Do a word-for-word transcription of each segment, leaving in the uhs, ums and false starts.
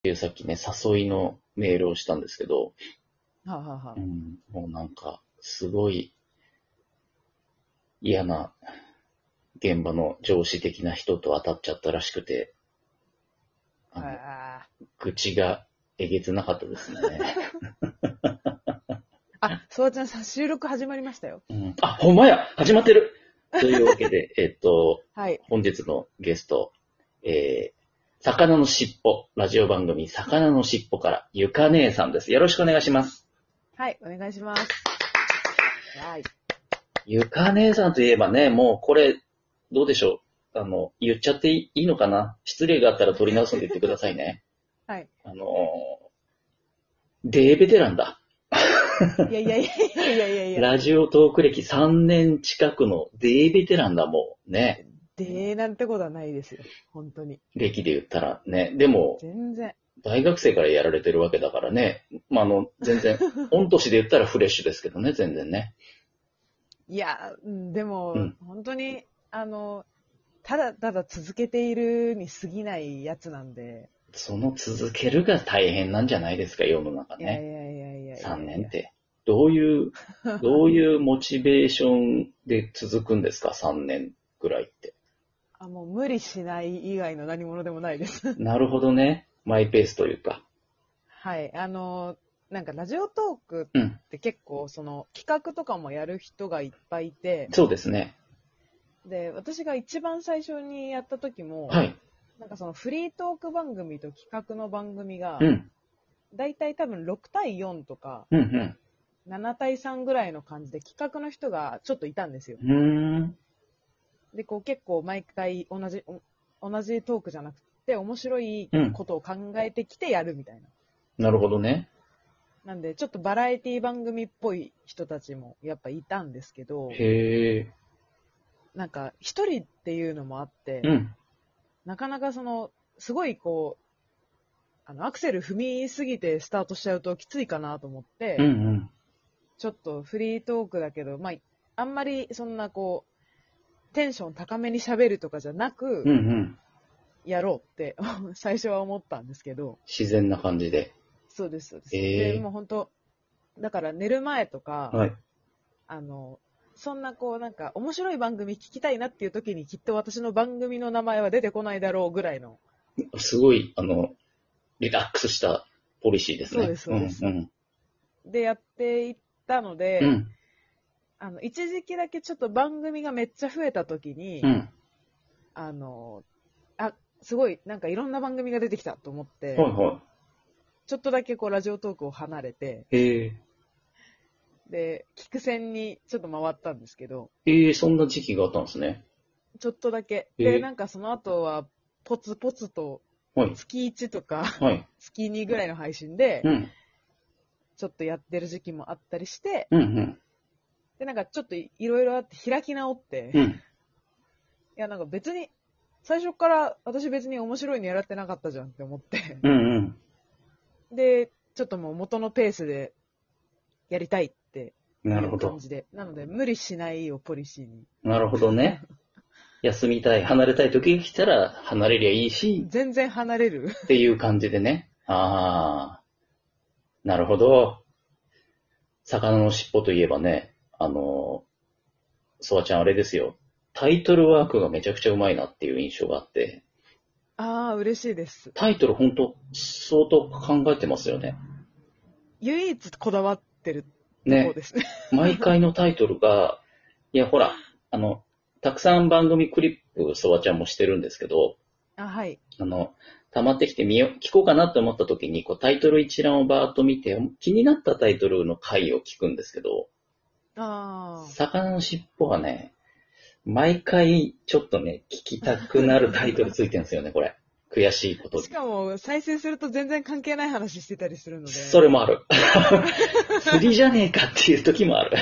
いうさっきね、誘いのメールをしたんですけど、 はあ、はあはあ、 うん、もうなんか、すごい嫌な現場の上司的な人と当たっちゃったらしくて、あの、 あ愚痴がえげつなかったですね。 あ、そうちゃんさ、収録始まりましたよ。 うん、あ、ほんまや始まってるというわけで、えっと、 はい。 本日のゲスト、えー、魚のしっぽ、ラジオ番組、魚のしっぽから、ゆか姉さんです。よろしくお願いします。 はい、お願いします。はい。 ゆか姉さんといえばね、もうこれ、どうでしょう。あの、言っちゃっていいのかな。失礼があったら取り直すんで言ってくださいね。 はい。 あのー、デーベテランだ。 いやいやいやいやいやいやいや。 ラジオトーク歴さんねん近くのデーベテランだもんね。 でーなんてことはないですよ。本当に。 歴で言ったらね。でも、 全然。 大学生からやられてるわけだからね。まあ、あの、全然、御年で言ったらフレッシュですけどね、全然ね。 いや、うんでも、 うん本当に、あの、ただただ続けているに過ぎないやつなんで。 その続けるが大変なんじゃないですか、世の中いやいね。 やいやいやいや。 さんねんって。どういう、どういうモチベーションで続くんですか、さんねんぐらいって。 あ、もう無理しない以外の何者でもないです。 なるほどね。マイペースというか。 はい。あの、なんかラジオトークうん。 って結構その企画とかもやる人がいっぱいいて、 そうですね。 で、私が一番最初にやった時も、 はい。 なんかそのフリートーク番組と企画の番組がう、ん。 だいたい多分ろく対よんとかうん、 なな対さんぐらいの感じで企画の人がちょっといたんですよ。 うん。うーん。 で、こう結構毎回同じ、お同じトークじゃなくて面白いうん。 ことを考えてきてやるみたいな。 なるほどね。 なんで、ちょっとバラエティ番組っぽい人たちもやっぱいたんですけど、 へえ。 なんか一人っていうのもあって、 うん。 なかなかその、すごいこう、あの、アクセル踏みすぎてスタートしちゃうときついかなと思って、 うん、うん。 ちょっとフリートークだけど、まあ、あんまりそんなこう、テンション高めに喋るとかじゃなく、 うん、うん。 やろうって最初は思ったんですけど、 自然な感じで。 そうです、そうです。で、 ええ。 もう本当、だから寝る前とか、 はい。 あの、そんなこうなんか面白い番組聞きたいなっていう時にきっと私の番組の名前は出てこないだろうぐらいの。 すごい、あの、リラックスしたポリシーですね。 そうです、そうです。 うん、 で、やっていったので、 うん。うん。 あの、一時期だけちょっと番組がめっちゃ増えた時に、 うん。 あの、あ、すごいなんかいろんな番組が出てきたと思って、 はいはちょっとだけこうラジオトークを離れて、 い。へえ。 で、聞く線にちょっと回ったんですけど、 ええ、そんな時期があったんですね。 ちょっとだけ。で、 ええ。 なんかその後は、ポツポツと、 はい。 月いちとか、 はい。 月にぐらいの配信でう、ん。 ちょっとやってる時期もあったりして、 うん、うん。 で、なんかちょっといろいろあって開き直って、いうん。 や、なんか別に、最初から私別に面白いのやらってなかったじゃんって思って、 うん、うん。 で、ちょっともう元のペースでやりたいっていうなるほど。 感じで、なので無理しないをポリシーに。 なるほどね。休みたい、離れたい時が来たら離れりゃいいし、 全然離れる。 っていう感じでね。ああ、なるほど。魚の尻尾といえばね、あの、ソワちゃんあれですよ。タイトルワークがめちゃくちゃうまいなっていう印象があって、 ああ、嬉しいです。 タイトルほんと相当考えてますよね。 唯一こだわってるとこね。 ですね。 毎回のタイトルが、いやほら、あの、たくさん番組クリップソワちゃんもしてるんですけど、 あ、はい。 あの、溜まってきてみよう、聞こうかなと思った時に、こうタイトル一覧をバーッと見て、気になったタイトルの回を聞くんですけど、 ああ。 魚の尻尾はね、毎回ちょっとね、聞きたくなるタイトルついてるんですよね、これ。悔しいことに。 しかも、再生すると全然関係ない話してたりするので。 それもある。釣りじゃねえかっていう時もある。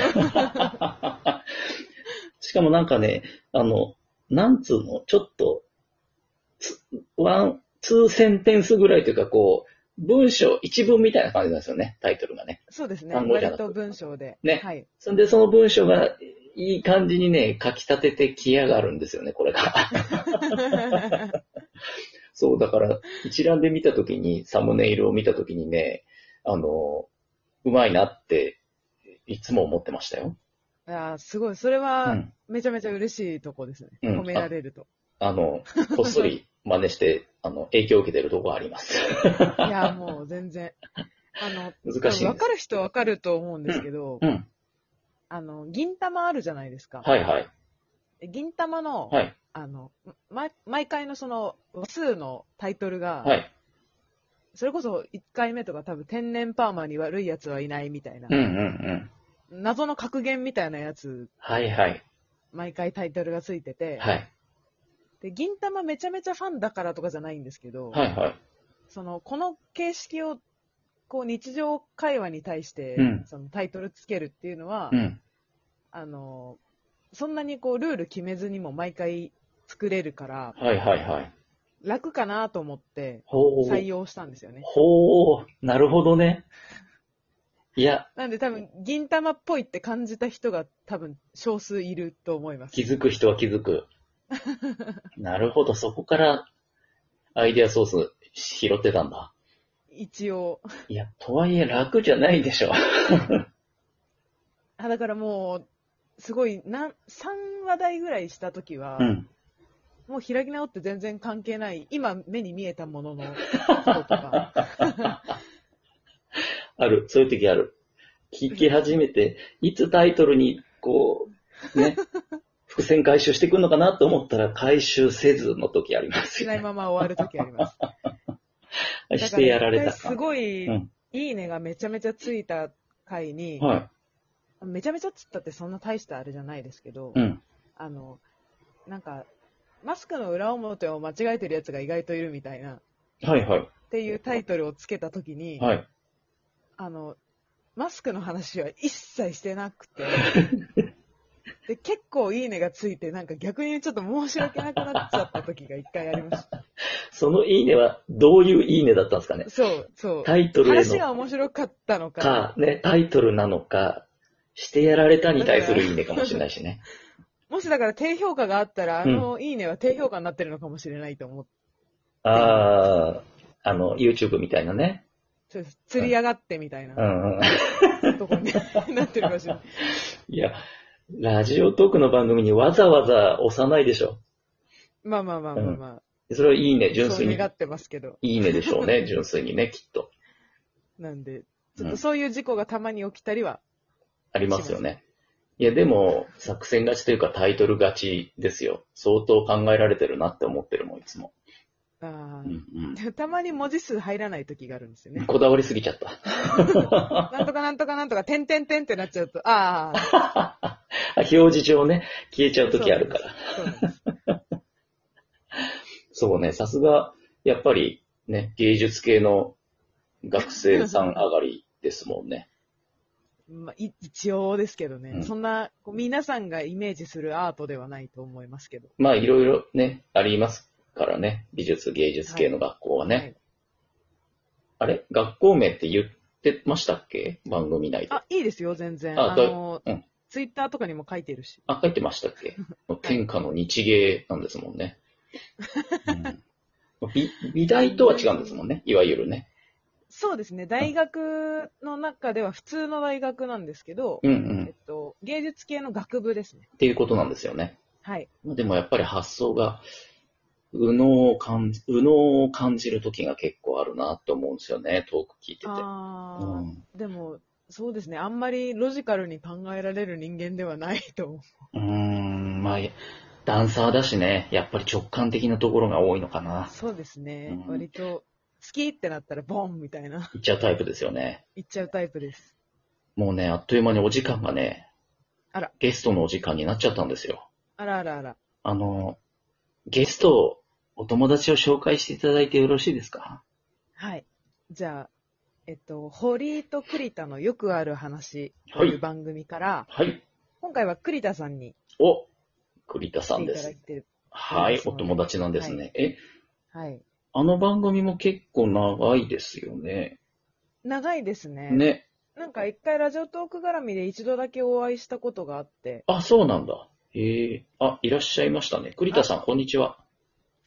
しかもなんかね、あの、なんつうの、ちょっと、ワン、ツーセンテンスぐらいというか、こう、文章、一文みたいな感じなんですよね、タイトルがね。 そうですね。 単語じゃなく割と文章で。 ね。 はい。 そんで、その文章がいい感じにね、書き立ててきやがるんですよね、これが。 そう、だから、一覧で見たときに、サムネイルを見たときにね、あの、うまいなって、いつも思ってましたよ。 いやーすごい。それは、 うん。 めちゃめちゃ嬉しいとこですね。 うん。 褒めらあ、 れると。 あの、こっそり真似して、あの、影響を受けてるとこあります。 いやーもう全然。あの、 難多分分しいんです。 かる人は分かると思うんうん。 ですけど、 うん。 あの、銀玉あるじゃないですか。 はいはい。 で銀玉の、 はい。 あの、ま、毎回のその、話数のタイトルが、 はい。 それこそいっかいめとか多分天然パーマに悪い奴はいないみたいな、 うんうんうん。 謎の格言みたいなやつ、 はいはい。 毎回タイトルがついてて、 はい。 で、銀玉めちゃめちゃファンだからとかじゃないんですけど、 はいはい。 その、この形式を、こう日常会話に対して、 うん。 そのタイトルつけるっていうのは、 うん。 あの、そんなにこうルール決めずにも毎回作れるから、 はいはいはい。 楽かなと思ってほう。 採用したんですよね。 ほう。なるほどね。いや、 なんで多分、銀玉っぽいって感じた人が多分少数いると思います。 気づく人は気づく。なるほど。そこからアイデアソース拾ってたんだ。 一応。 いや、とはいえ楽じゃないでしょ。 あ、だからもう、すごい、なん、さんわだいぐらいしたときは、 うん。 もう開き直って全然関係ない、今目に見えたもののこととか、 ある。そういう時ある。聞き始めて、いつタイトルに、こう、ね、伏線回収してくるのかなと思ったら回収せずの時ありますしないよね。 まま終わるときあります。だしてやから一られたか。 回すごい、 うん。 いいねがめちゃめちゃついた回に、 はめちゃめちゃつったってそんな大したあれじゃないですけど、 い。うん。 あの、なんか、マスクの裏表を間違えてるやつが意外といるみたいな、っはいはい。 ていうタイトルをつけたときに、 はい。 あの、マスクの話は一切してなくて、で、結構いいねがついて、なんか逆にちょっと申し訳なくなっちゃった時が一回ありました。 そのいいねはどういういいねだったんですかね。 そう、そう。 タイトルへの話が面白かったのか、 か、ね、タイトルなのか、してやられたに対するいいねかもしれないしね。 もしだから低評価があったら、あうん。 のいいねは低評価になってるのかもしれないと思っている。 ああ、あの、YouTube みたいなね。 そうです。釣り上がってみたいなうんうん。 とこになってるかもしれない。 いや、ラジオトークの番組にわざわざ押さないでしょ。 まあまあまあまあまそれはいいね、 あ、 純粋に。 そう願ってますけど。 いいねでしょうね、純粋にね、きっと。 なんで、ちょっとうん。 そういう事故がたまに起きたりはありまします。 すよね。いや、でも、作戦勝ちというかタイトル勝ちですよ。相当考えられてるなって思ってるもん、いつも。 あうんあ。たまに文字数入らない時があるんですようん。 ね。 こだわりすぎちゃった。 なんとかなんとかなんとか、てんてんてんってなっちゃうと、ああ。 表示上ね、消えちゃう時あるから。 そうなんです。そうなんです。 そうね、さすが、やっぱりね、芸術系の学生さん上がりですもんね。 まあ、い一応ですけどね、 うんそんなこう皆さんがイメージするアートではないと思いますけど。 まあ、いろいろね、ありますからね。美術、芸術系の学校はね。 はい。 あれ学校名って言ってましたっけ番組内で。 あ、いいですよ、全然。 あ、 あだの、 うん。 ツイッターとかにも書いてるし。 あ、書いてましたっけ天下の日芸なんですもんね。うん、美美大とは違うんですもんね。いわゆるね。 そうですね、大学の中では普通の大学なんですけど、 うんうん。 えっと、芸術系の学部ですね。 っていうことなんですよね。 はい。 でもやっぱり発想が、右脳を感じ、右脳を感じる時が結構あるなって思うんですよね、トーク聞いてて。 あー、 うん、 でも、そうですね、あんまりロジカルに考えられる人間ではないと思う。 うーん、まあ、ダンサーだしね、やっぱり直感的なところが多いのかな。 そうですね、 うん、 割と、好きってなったらボンみたいな、 いっちゃうタイプですよね。 言っちゃうタイプです。 もうね、あっという間にお時間がね、 あら、 ゲストのお時間になっちゃったんですよ。 あらあらあら。 あの、ゲストを、お友達を紹介していただいてよろしいですか？ はい。じゃあ、えっと、堀井と栗田のよくある話とはいいう番組から、 はい。 今回は栗田さんにお、栗田来ていさんです。 ただいてる。 はい、お友達なんですね。え、 はい。 あの番組も結構長いですよね。 長いですね。 ね。 なんか一回ラジオトーク絡みで一度だけお会いしたことがあって。 あ、そうなんだ。へえ。あ、いらっしゃいましたね。栗田さん、こんにちは。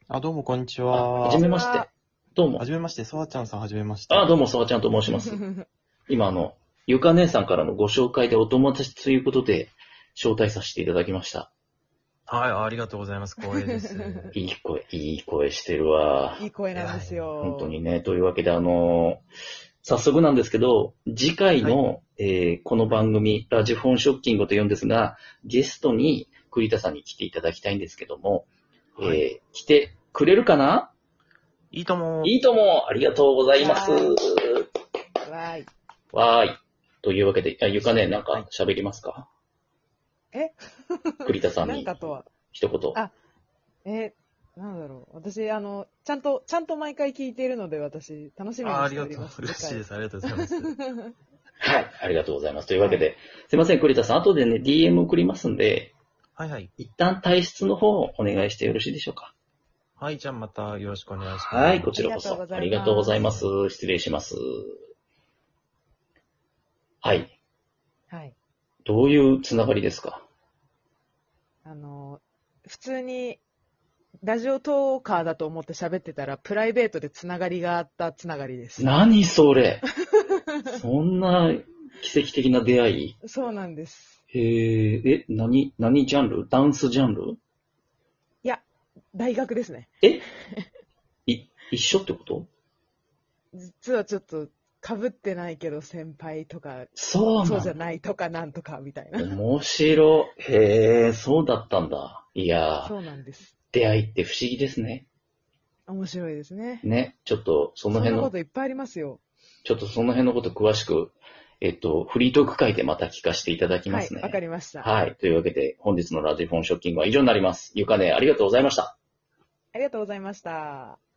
あ、どうもこんにちあ、 は。 はじめまして。どうもは。じめまして、そわちゃんさんはじめまして。 あ、どうも、そわちゃんと申します。今、あの、ゆか姉さんからのご紹介でお友達ということで、招待させていただきました。 はい、ありがとうございます。光栄です。 いい声、いい声してるわ。 いい声なんですよ。 本当にね。というわけで、あの、早速なんですけど、次回の、はい、えー、この番組、ラジフォンショッキングと言うんですが、ゲストに栗田さんに来ていただきたいんですけども、はい、えー、来てくれるかないいとも。 いいとも。ありがとうございます。わーい。 わーい。というわけで、あ、ゆかね、なんか喋りますか？ え栗田さんに。 なんかとは。 一言。あ、 えー、なんだろう。私、あの、ちゃんと、ちゃんと毎回聞いているので、私、楽しみにしております。 あ、ありがとう。嬉しいです。ありがとうございます。 はい、ありがとうございます。というわけで、はい、すいません、栗田さん、後でね、ディーエム 送りますんで、 はいはい。 一旦退出の方をお願いしてよろしいでしょうか？ はい、じゃあまたよろしくお願いします。 はい、こちらこそ。ありがとうございます。失礼します。はい。 はい。 どういうつながりですか？ あの、普通に、ラジオトーカーだと思って喋ってたら、プライベートでつながりがあったつながりです。 何それそんな奇跡的な出会い？ そうなんです。 へえ、え、何、何ジャンル？ダンスジャンル？ いや、大学ですね。 えい、一緒ってこと？ 実はちょっと、被ってないけど先輩とか、 そうそうじゃないとかなんとかみたいな。 面白い。へえ、そうだったんだ。いやー。 そうなんです。 出会いって不思議ですね。 面白いですね。 ね、ちょっとその辺の。 そんなこといっぱいありますよ。 ちょっとその辺のこと詳しく、えっと、フリートーク会でまた聞かせていただきますね。 はい、わかりました。 はい。というわけで、本日のラジフォンショッキングは以上になります。ゆかね、ありがとうございました。 ありがとうございました。